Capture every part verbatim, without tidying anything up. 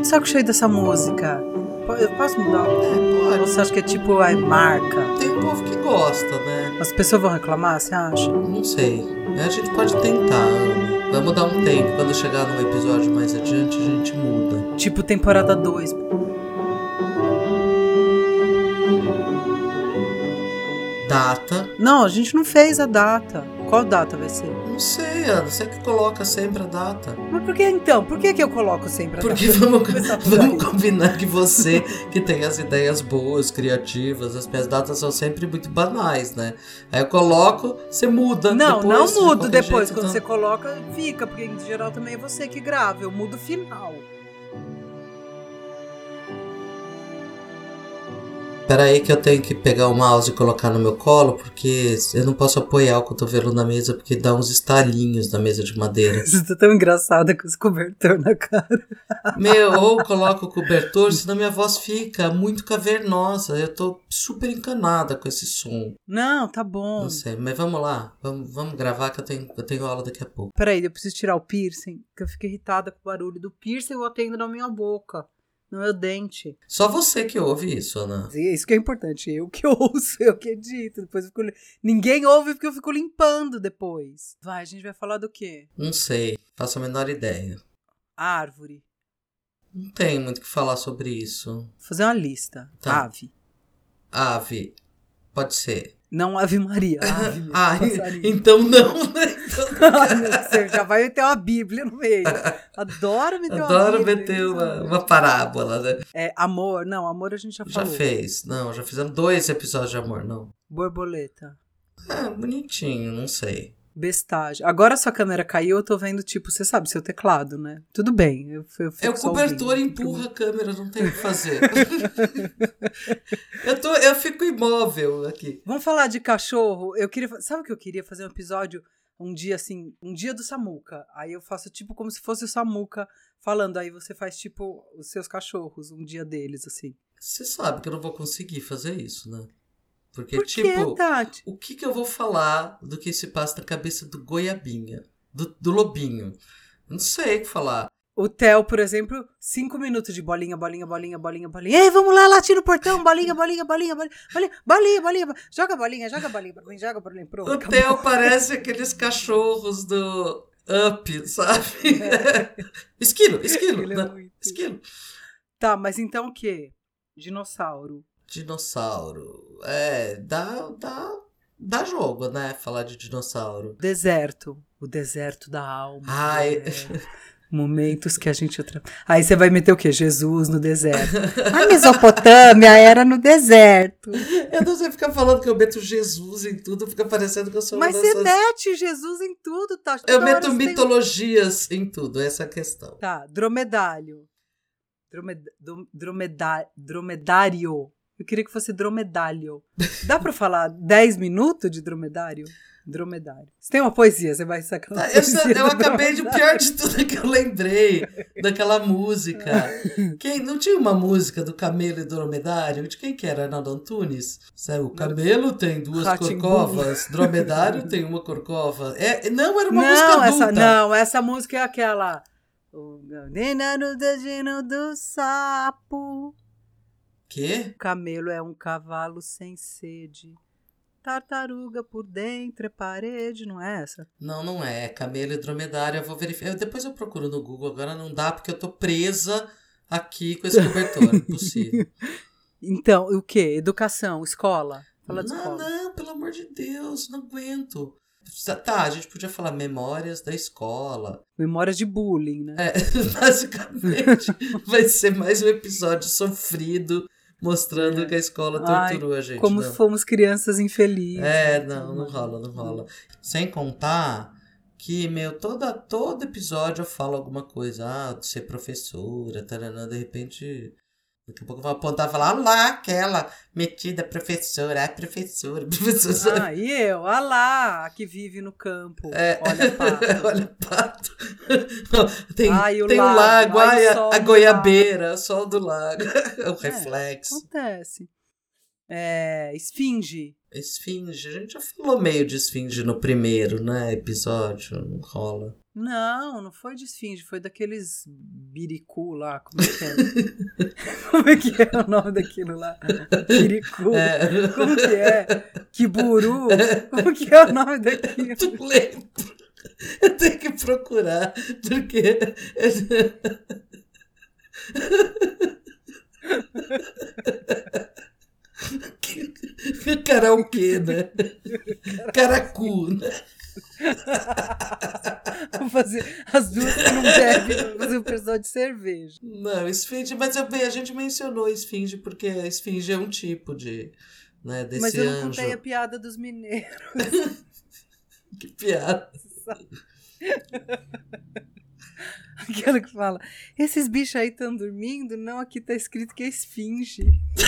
muito saco cheio dessa música. Eu posso mudar? É, pode. Você acha que é tipo a marca? Tem um povo que gosta, né? As pessoas vão reclamar, você acha? Não sei. A gente pode tentar, Ana. Vamos dar um tempo. Quando chegar num episódio mais adiante, a gente muda. Tipo temporada dois. Data. Não, a gente não fez a data. Qual data vai ser? Não sei, Ana. Você que coloca sempre a data. Mas por que então? Por que, que eu coloco sempre a Porque data? vamos, Vamos, vamos combinar que você, que tem as ideias boas, criativas, as minhas datas são sempre muito banais, né? Aí eu coloco, você muda. Não, depois, não mudo de depois. jeito, Quando então... você coloca, fica. Porque em geral também é você que grava. Eu mudo o final. Pera aí que eu tenho que pegar o mouse e colocar no meu colo, porque eu não posso apoiar o cotovelo na mesa, porque dá uns estalinhos na mesa de madeira. Você tá tão engraçada com esse cobertor na cara. Meu, ou coloco o cobertor, senão minha voz fica muito cavernosa. Eu tô super encanada com esse som. Não, tá bom. Não sei, mas vamos lá. Vamos, vamos gravar que eu tenho, eu tenho aula daqui a pouco. Peraí, eu preciso tirar o piercing, porque eu fiquei irritada com o barulho do piercing eu atendo na minha boca. No meu dente. Só você que ouve isso, Ana. É isso que é importante. Eu que ouço, eu que edito. Depois eu fico... Ninguém ouve porque eu fico limpando depois. Vai, a gente vai falar do quê? Não sei, faço a menor ideia. Árvore. Não tem muito o que falar sobre isso. Vou fazer uma lista. Tá. Ave. Ave. Pode ser. Não Ave Maria. Ave mesmo, ah, passarinho. então não, né? Então não. Você já vai meter uma Bíblia no meio. Adoro meter uma Adoro Bíblia. meter uma, uma parábola, né? É, amor. Não, amor a gente já falou. Já fez. Não, já fizemos dois episódios de amor, não. Borboleta. É, bonitinho, não sei. Bestagem. Agora sua câmera caiu, eu tô vendo, tipo, você sabe, seu teclado, né? Tudo bem. Eu, eu fico É o só cobertor ouvindo. empurra a câmera, não tem o que fazer. eu, tô, eu fico imóvel aqui. Vamos falar de cachorro? Eu queria. Sabe o que eu queria? Fazer um episódio um dia assim, um dia do Samuca. Aí eu faço tipo como se fosse o Samuca falando. Aí você faz tipo os seus cachorros, um dia deles, assim. Você sabe que eu não vou conseguir fazer isso, né? Porque, Por tipo, que, Tati? o que que eu vou falar do que se passa na cabeça do Goiabinha, do, do Lobinho? Eu não sei o que falar. O Theo, por exemplo, cinco minutos de bolinha, bolinha, bolinha, bolinha, bolinha. Ei, vamos lá, latir no portão, bolinha, bolinha, bolinha, bolinha, bolinha, bolinha, bolinha, bolinha. Joga bolinha, joga bolinha, bolinha, joga bolinha, pronto. O Theo parece aqueles cachorros do Up, sabe? É. Esquilo, esquilo, Ele é não, muito- esquilo. Tá, mas então o quê? Dinossauro. Dinossauro. É, dá, dá, dá jogo, né? Falar de dinossauro. Deserto. O deserto da alma. Ai. É. Momentos que a gente... Outra... Aí você vai meter o quê? Jesus no deserto. A Mesopotâmia era no deserto. Eu não sei ficar falando que eu meto Jesus em tudo, fica parecendo que eu sou Mas uma você dessas... mete Jesus em tudo, tá? Eu Toda hora meto você tem- mitologias em tudo, essa é a questão. Tá, dromedário. Dromed... dom- dromeda- Dromedário. Eu queria que fosse dromedário. Dá pra falar dez minutos de dromedário? Dromedário. Você tem uma poesia, você vai sacar uma Ah, Eu, poesia eu do acabei de o dromedário. pior de tudo é que eu lembrei daquela música. Quem, não tinha uma música do Camelo e do Dromedário? De quem que era? Arnaldo Antunes? Sério, o camelo tem duas Rá-tim-bum. corcovas, dromedário tem uma corcova. É, não, era uma música Não, adulta. essa, não, essa música é aquela. O Nena no dedinho do sapo. Quê? O camelo é um cavalo sem sede. Tartaruga por dentro é parede, não é essa? Não, não é. Camelo e dromedário, eu vou verificar. Eu- depois eu procuro no Google, agora não dá porque eu tô presa aqui com esse cobertor. Impossível. Então, o quê? Educação, escola? Fala de Não, escola. não, pelo amor de Deus, não aguento. Tá, a gente podia falar memórias da escola. Memórias de bullying, né? É, basicamente, vai ser mais um episódio sofrido, mostrando É. que a escola Ai, torturou a gente. Como não. fomos crianças infelizes. É, não, não rola, não rola. Sem contar que, meu, toda, todo episódio eu falo alguma coisa. Ah, de ser professora, taranã, de repente... Daqui a pouco eu vou apontar e falar, ah lá, aquela metida professora, ah, professora, professora. sabe? Ah, e eu? Ah lá, a que vive no campo. É. Olha, pato. Olha, pato. Tem, Ai, o tem o lago, lago, ai, ai, o a, sol a do goiabeira, o sol do lago, o reflexo. Acontece. É, esfinge. Esfinge, a gente já falou meio de esfinge no primeiro, né, episódio, não rola. Não, não foi de esfinge, foi daqueles biricu lá, como é que é? Como é que é o nome daquilo lá? Biricu, É. como que é? Kiburu, como que é o nome daquilo? Não lembro. Eu tenho que procurar, porque... Karaokê, né? Caracu, né? Vou fazer as duas que não bebem, vou fazer um pessoal de cerveja. Não, esfinge, mas eu, a gente mencionou esfinge porque a esfinge é um tipo de, né, desse Mas eu não anjo. contei a piada dos mineiros. Que piada. Aquela que fala, esses bichos aí estão dormindo? Não, aqui tá escrito que é esfinge.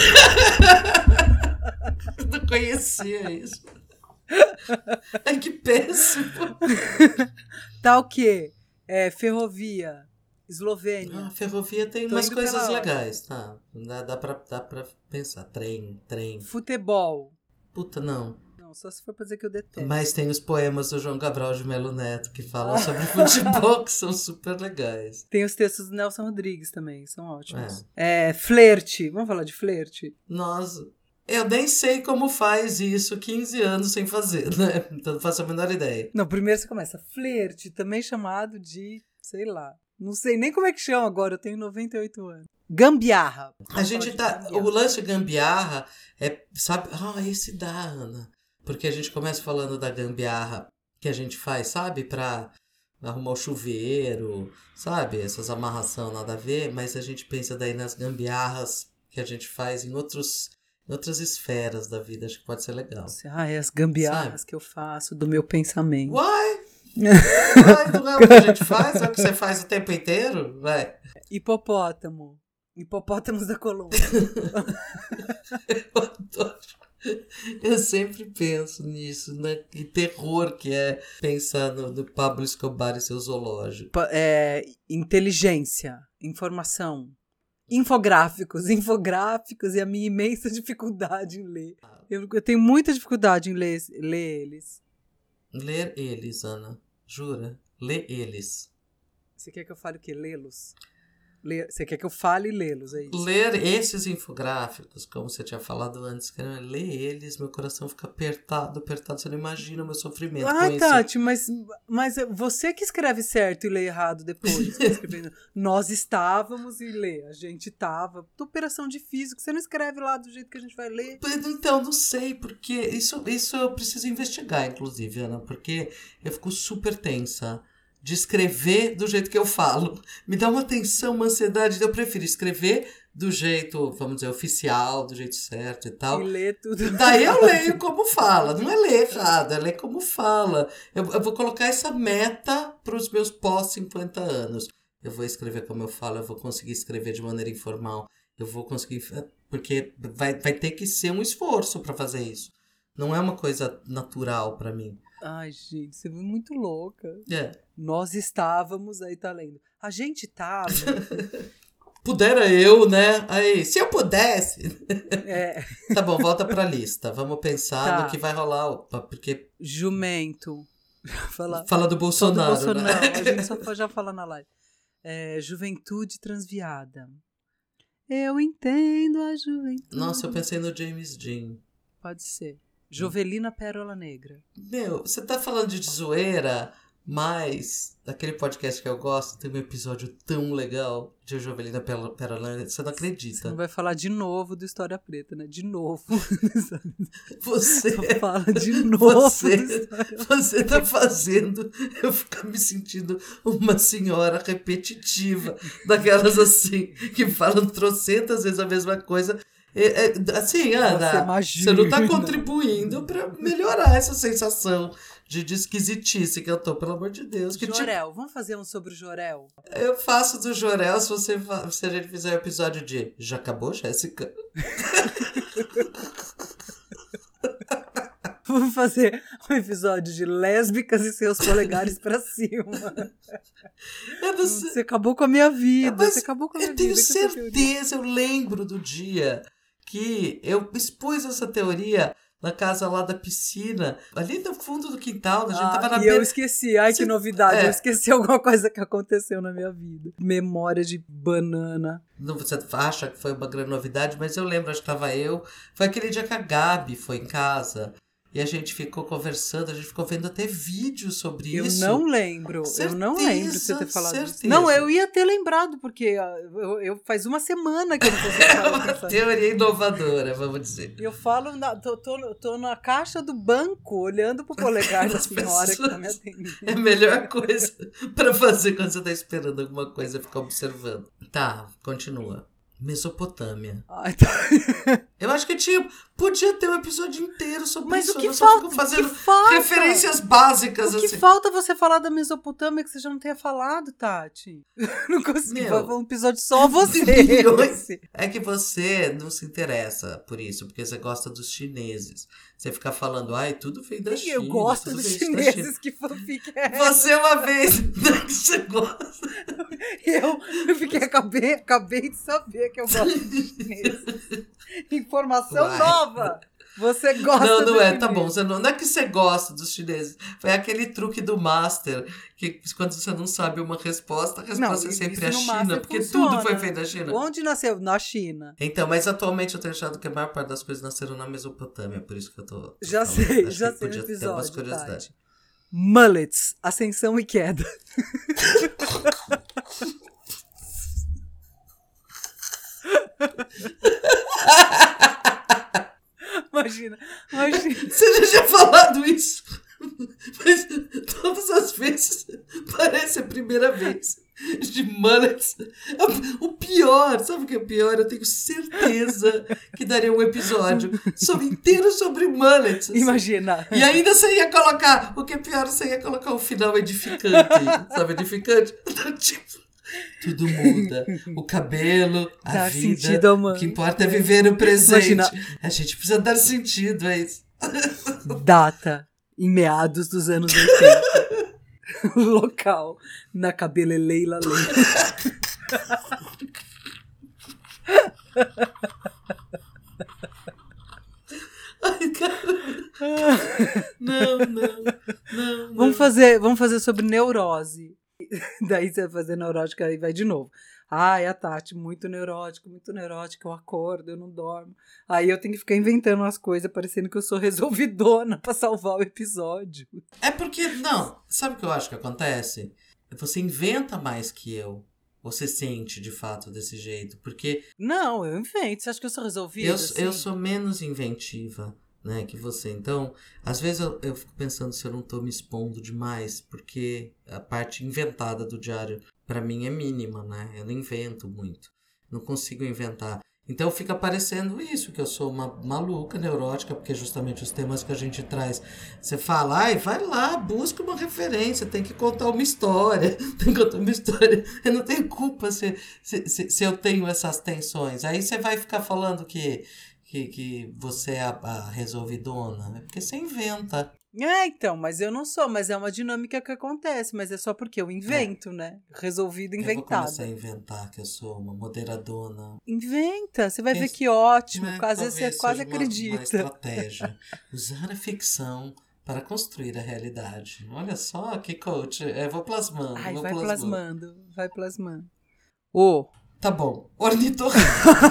Eu não conhecia isso. Ai, que péssimo. Tá o quê? É, ferrovia, Eslovênia. Ah, ferrovia tem Tô umas indo coisas pela legais, tá? Dá, dá, pra, dá pra pensar. Trem, trem. Futebol. Puta, não. Não, só se for pra dizer que eu detesto. Mas tem os poemas do João Cabral de Melo Neto que falam sobre futebol, que são super legais. Tem os textos do Nelson Rodrigues também, são ótimos. É, é flerte. Vamos falar de flerte? Nossa, eu nem sei como faz isso quinze anos sem fazer, né? Então não faço a menor ideia. Não, primeiro você começa flerte, também chamado de, sei lá, não sei nem como é que chama agora, eu tenho noventa e oito anos. Gambiarra. A gente tá. O lance gambiarra é. Sabe? Ah, esse dá, Ana. Porque a gente começa falando da gambiarra que a gente faz, sabe? Pra arrumar o chuveiro, sabe? Essas amarração nada a ver, mas a gente pensa daí nas gambiarras que a gente faz em outros. Em outras esferas da vida, acho que pode ser legal. Ah, é as gambiarras Sabe? que eu faço do meu pensamento. Uai! Uai, não é o que a gente faz? É o que você faz o tempo inteiro? Vai. Hipopótamo. Hipopótamos da Colômbia. Eu adoro. Eu sempre penso nisso, né? Que terror que é pensar no, no Pablo Escobar e seu zoológico. É, inteligência, informação. Infográficos, infográficos e a minha imensa dificuldade em ler. Eu, eu tenho muita dificuldade em ler, ler eles. Ler eles, Ana. Jura? Lê eles. Você quer que eu fale o quê? Lê-los? Ler, você quer que eu fale e lê-los, é isso? Ler esses infográficos, como você tinha falado antes, que era ler eles, meu coração fica apertado, apertado. Você não imagina o meu sofrimento Ah, com Tati, mas, mas você que escreve certo e lê errado depois. Tá escrevendo, nós estávamos e lê, a gente estava. Operação de físico, você não escreve lá do jeito que a gente vai ler. Então, não sei, porque isso, isso eu preciso investigar, inclusive, Ana, porque eu fico super tensa de escrever do jeito que eu falo. Me dá uma tensão, uma ansiedade. Eu prefiro escrever do jeito, vamos dizer, oficial, do jeito certo e tal. E ler tudo. Daí eu leio como fala. Não é ler errado, é ler como fala. Eu, eu vou colocar essa meta para os meus pós cinquenta anos. Eu vou escrever como eu falo, eu vou conseguir escrever de maneira informal. Eu vou conseguir... Porque vai, vai ter que ser um esforço para fazer isso. Não é uma coisa natural para mim. Ai, gente, você é muito louca. É. Nós estávamos, aí tá lendo. A gente tava. Pudera eu, né? Aí, se eu pudesse. É. Tá bom, volta pra lista. Vamos pensar Tá. no que vai rolar. Opa, porque. Jumento. Fala, Fala do só do Bolsonaro. Bolsonaro. Né? A gente só já fala na live. É, juventude transviada. Eu entendo a juventude. Nossa, eu pensei no James Dean. Pode ser. Jovelina Pérola Negra. Meu, você tá falando de zoeira, mas daquele podcast que eu gosto, tem um episódio tão legal de Jovelina Pérola Negra, você não acredita. Você não vai falar de novo do História Preta, né? De novo. Você, Só fala de novo. você, você tá fazendo eu ficar me sentindo uma senhora repetitiva, daquelas assim, que falam trocentas vezes a mesma coisa. É, é, assim, Ana, você, você não tá contribuindo pra melhorar essa sensação de, de esquisitice que eu tô, pelo amor de Deus. Que, Jorel, tipo, vamos fazer um sobre o Jorel? Eu faço do Jorel se, você, se a gente fizer o um episódio de Já acabou, Jéssica? Vamos fazer um episódio de lésbicas e seus polegares pra cima. Você acabou com a minha vida. Mas você acabou com a minha eu vida. tenho certeza, eu lembro do dia que eu expus essa teoria na casa lá da piscina, ali no fundo do quintal, a gente ah, tava na e beira... eu esqueci, ai Você... que novidade, é. eu esqueci alguma coisa que aconteceu na minha vida. Memória de banana. Não, você acha que foi uma grande novidade, mas eu lembro, acho que tava eu, foi aquele dia que a Gabi foi em casa... E a gente ficou conversando, a gente ficou vendo até vídeos sobre eu isso. Eu não lembro, certeza, eu não lembro de você ter falado certeza. isso. Não, eu ia ter lembrado, porque eu, eu faz uma semana que eu não consigo falar. É uma teoria inovadora, vamos dizer. Eu falo, na, tô, tô, tô na caixa do banco, olhando pro polegar da senhora pessoas, que tá me atendendo. É a melhor coisa pra fazer quando você tá esperando alguma coisa, ficar observando. Tá, continua. Mesopotâmia. Ai, tá. Eu acho que tinha, podia ter um episódio inteiro sobre Mas isso. O que eu falta, só fico fazendo que falta? referências básicas. O que assim. falta você falar da Mesopotâmia que você já não tenha falado, Tati? Não consegui fazer um episódio só você. É que você não se interessa por isso, porque você gosta dos chineses. Você fica falando, ai, tudo vem da China. Eu gosto dos chineses, que fanfic é essa? Você uma vez, você gosta. Eu, eu fiquei, acabei, acabei de saber que eu gosto dos chineses. Informação Uai. nova. Você gosta Não, não dos é, chineses. tá bom. Você não, não é que você gosta dos chineses. Foi aquele truque do Master, que quando você não sabe uma resposta, a resposta não, é sempre a China, Master porque funciona. tudo foi feito na China. Onde nasceu? Na China. Então, mas atualmente eu tenho achado que a maior parte das coisas nasceram na Mesopotâmia, por isso que eu tô... tô já falando. sei, Acho já que sei podia o episódio, ter umas curiosidades. Tati. Mullets, ascensão e queda. Imagina, imagina. Você já tinha falado isso, mas todas as vezes parece a primeira vez. De mullets. O pior, sabe o que é o pior? Eu tenho certeza que daria um episódio sobre, inteiro sobre mullets. Assim. Imagina. E ainda você ia colocar, o que é pior, você ia colocar o final edificante. Sabe, edificante? Tipo... Tudo muda. O cabelo, a Dá vida. Sentido, o que importa é viver o presente. Imagina. A gente precisa dar sentido, é isso. Data, em meados dos anos oitenta. Local, na Cabeleleila Leila. Ai, cara. Não, não, não. Vamos, não. Fazer, vamos fazer sobre neurose. Daí você vai fazer neurótica e vai de novo. Ai, a Tati, muito neurótica, muito neurótica, eu acordo, eu não dormo. Aí eu tenho que ficar inventando umas coisas, parecendo que eu sou resolvidona pra salvar o episódio. É porque, não, sabe o que eu acho que acontece? Você inventa mais que eu. Você sente, de fato, desse jeito, porque... Não, eu invento. Você acha que eu sou resolvida? Eu, assim? eu sou menos inventiva, né, que você. Então, às vezes eu, eu fico pensando se eu não tô me expondo demais, porque a parte inventada do diário, pra mim, é mínima, né? Eu não invento muito. Não consigo inventar. Então fica parecendo isso, que eu sou uma maluca, neurótica, porque justamente os temas que a gente traz, você fala, ai, vai lá, busca uma referência, tem que contar uma história, tem que contar uma história. Eu não tenho culpa se, se, se, se eu tenho essas tensões. Aí você vai ficar falando que, que, que você é a, a resolvidona, é porque você inventa. É, então, mas eu não sou, mas é uma dinâmica que acontece, mas é só porque eu invento, é. né? Resolvido, inventada. Eu vou começar a inventar que eu sou uma moderadona. Inventa, você vai Quem... ver que ótimo, é, às vezes você quase uma, acredita. Uma estratégia, usar a ficção para construir a realidade. Olha só que coach, eu vou plasmando. Ai, vou vai plasmando. plasmando, vai plasmando. Ô! Oh. Tá bom, ornitorrinco.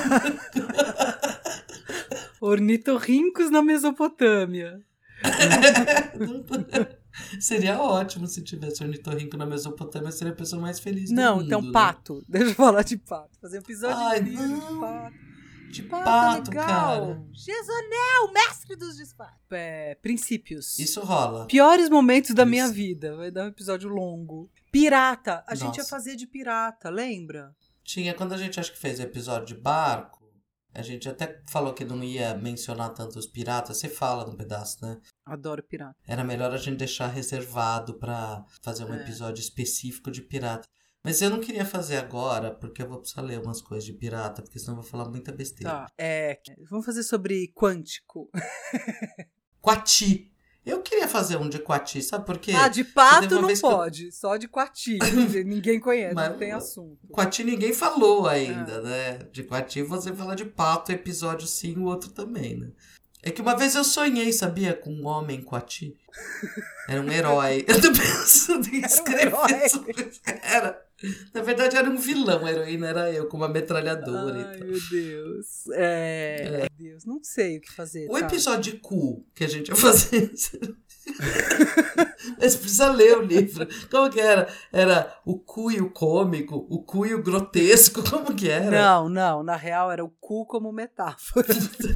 Ornitorrincos na Mesopotâmia. Seria ótimo se tivesse ornitorrinco na Mesopotâmia, seria a pessoa mais feliz do não, mundo. Não, então né? pato. Deixa eu falar de pato. Fazer um episódio Ai, de não. pato. De pato, pato, legal. cara. Gesonel, mestre dos disparos. É, princípios. Isso rola. Piores momentos da Isso. minha vida. Vai dar um episódio longo. Pirata. A Nossa. gente ia fazer de pirata, lembra? Tinha, quando a gente acho que fez o episódio de barco, a gente até falou que não ia mencionar tanto os piratas. Você fala num pedaço, né? Adoro pirata. Era melhor a gente deixar reservado pra fazer um é. episódio específico de pirata. Mas eu não queria fazer agora, porque eu vou precisar ler umas coisas de pirata, porque senão eu vou falar muita besteira. Tá, é... Vamos fazer sobre quântico. Quati. Eu queria fazer um de Quati, sabe por quê? Ah, de pato não pode, eu... só de Quati. Ninguém conhece, Mas, não tem assunto. Quati ninguém falou ainda, é. né? De Quati você fala de pato, episódio sim, o outro também, né? É que uma vez eu sonhei, sabia? Com um homem coati. Era um herói. Eu tô pensando em escrever Era um sobre isso. Era. Na verdade, era um vilão. A heroína era eu, com uma metralhadora. e Ai, tal. meu Deus. É... Meu Deus, não sei o que fazer. O tá? episódio de cu que a gente ia fazer. Mas precisa ler o livro. Como que era? Era o cu e o cômico, o cu e o grotesco. Como que era? Não, não. Na real, era o cu como metáfora.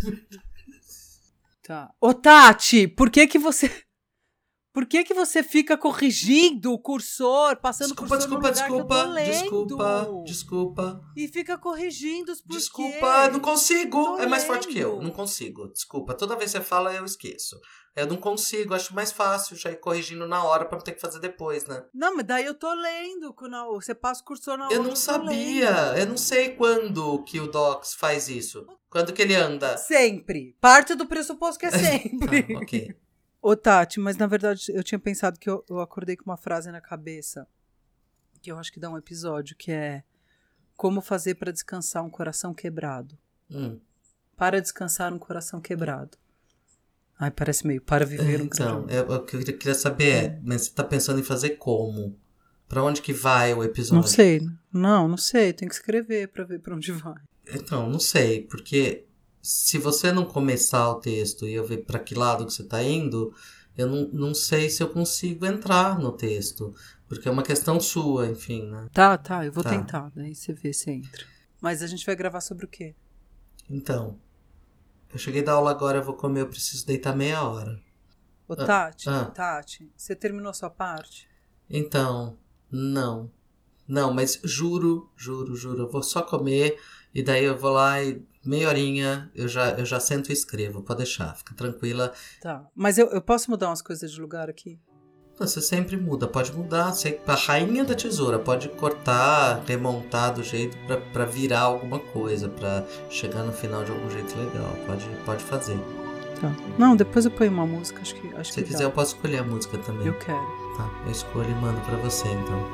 Tá. Ô, Tati, por que que você... Por que que você fica corrigindo o cursor, passando Desculpa, o cursor desculpa, no lugar desculpa, que eu tô lendo? desculpa, desculpa. E fica corrigindo os porquês. Desculpa, não consigo. Tô é mais forte que eu. lendo. Não consigo. Desculpa. Toda vez que você fala, eu esqueço. Eu não consigo. Acho mais fácil já ir corrigindo na hora pra não ter que fazer depois, né? Não, mas daí eu tô lendo. Quando você passa o cursor na hora. Eu não sabia. Eu não sei quando que o Docs faz isso. Quando que ele anda. Sempre. Parte do pressuposto que é sempre. Tá, ok. Ô, Tati, mas na verdade eu tinha pensado que eu, eu acordei com uma frase na cabeça que eu acho que dá um episódio, que é como fazer para descansar um coração quebrado. Hum. Para descansar um coração quebrado. Ai, parece meio para viver um Então, grande... eu, o que eu queria saber é, mas você tá pensando em fazer como? Pra onde que vai o episódio? Não sei. Não, não sei. Tem que escrever pra ver pra onde vai. Então, não sei, porque se você não começar o texto e eu ver pra que lado que você tá indo, eu não, não sei se eu consigo entrar no texto, porque é uma questão sua, enfim, né? Tá, tá, eu vou Tá. tentar. Daí você vê se entra. Mas a gente vai gravar sobre o quê? Então, eu cheguei da aula agora, eu vou comer, eu preciso deitar meia hora. Ô, Tati, ah. Tati, você terminou a sua parte? Então, não. Não, mas juro, juro, juro, eu vou só comer e daí eu vou lá e meia horinha eu já, eu já sento e escrevo. Pode deixar, fica tranquila. Tá. Mas eu, eu posso mudar umas coisas de lugar aqui? Você sempre muda, pode mudar. Você, a rainha da tesoura pode cortar, remontar do jeito pra, pra virar alguma coisa, pra chegar no final de algum jeito legal. Pode, pode fazer. Tá. Não, depois eu ponho uma música, acho que acho Se você que quiser, dá. eu posso escolher a música também. Eu quero. Tá, eu escolho e mando pra você então.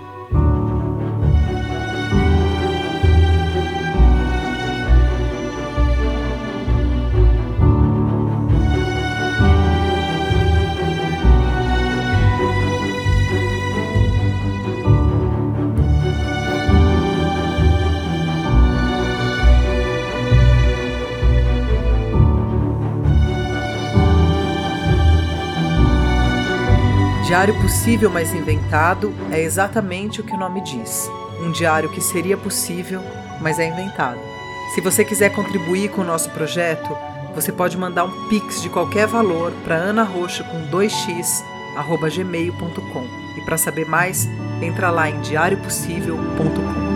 Diário possível, mas inventado é exatamente o que o nome diz. Um diário que seria possível, mas é inventado. Se você quiser contribuir com o nosso projeto, você pode mandar um pix de qualquer valor para anarroxa com dois x arroba gmail ponto com. E para saber mais, entra lá em diário possível ponto com.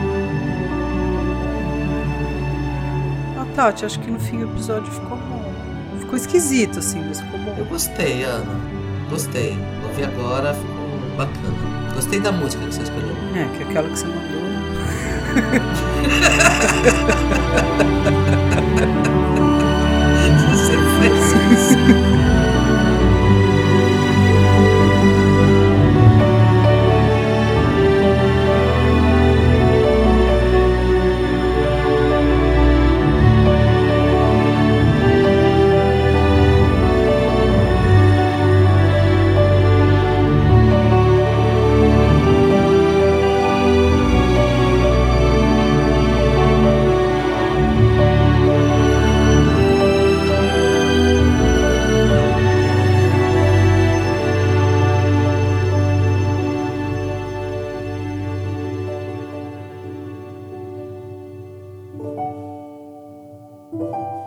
Ah, Tati, acho que no fim o episódio ficou bom. Ficou esquisito, assim, mas ficou bom. Eu gostei, Ana. Gostei. Ouvi agora, ficou bacana. Gostei da música que você escolheu. É, que é aquela que você mandou. Você fez isso. Thank you.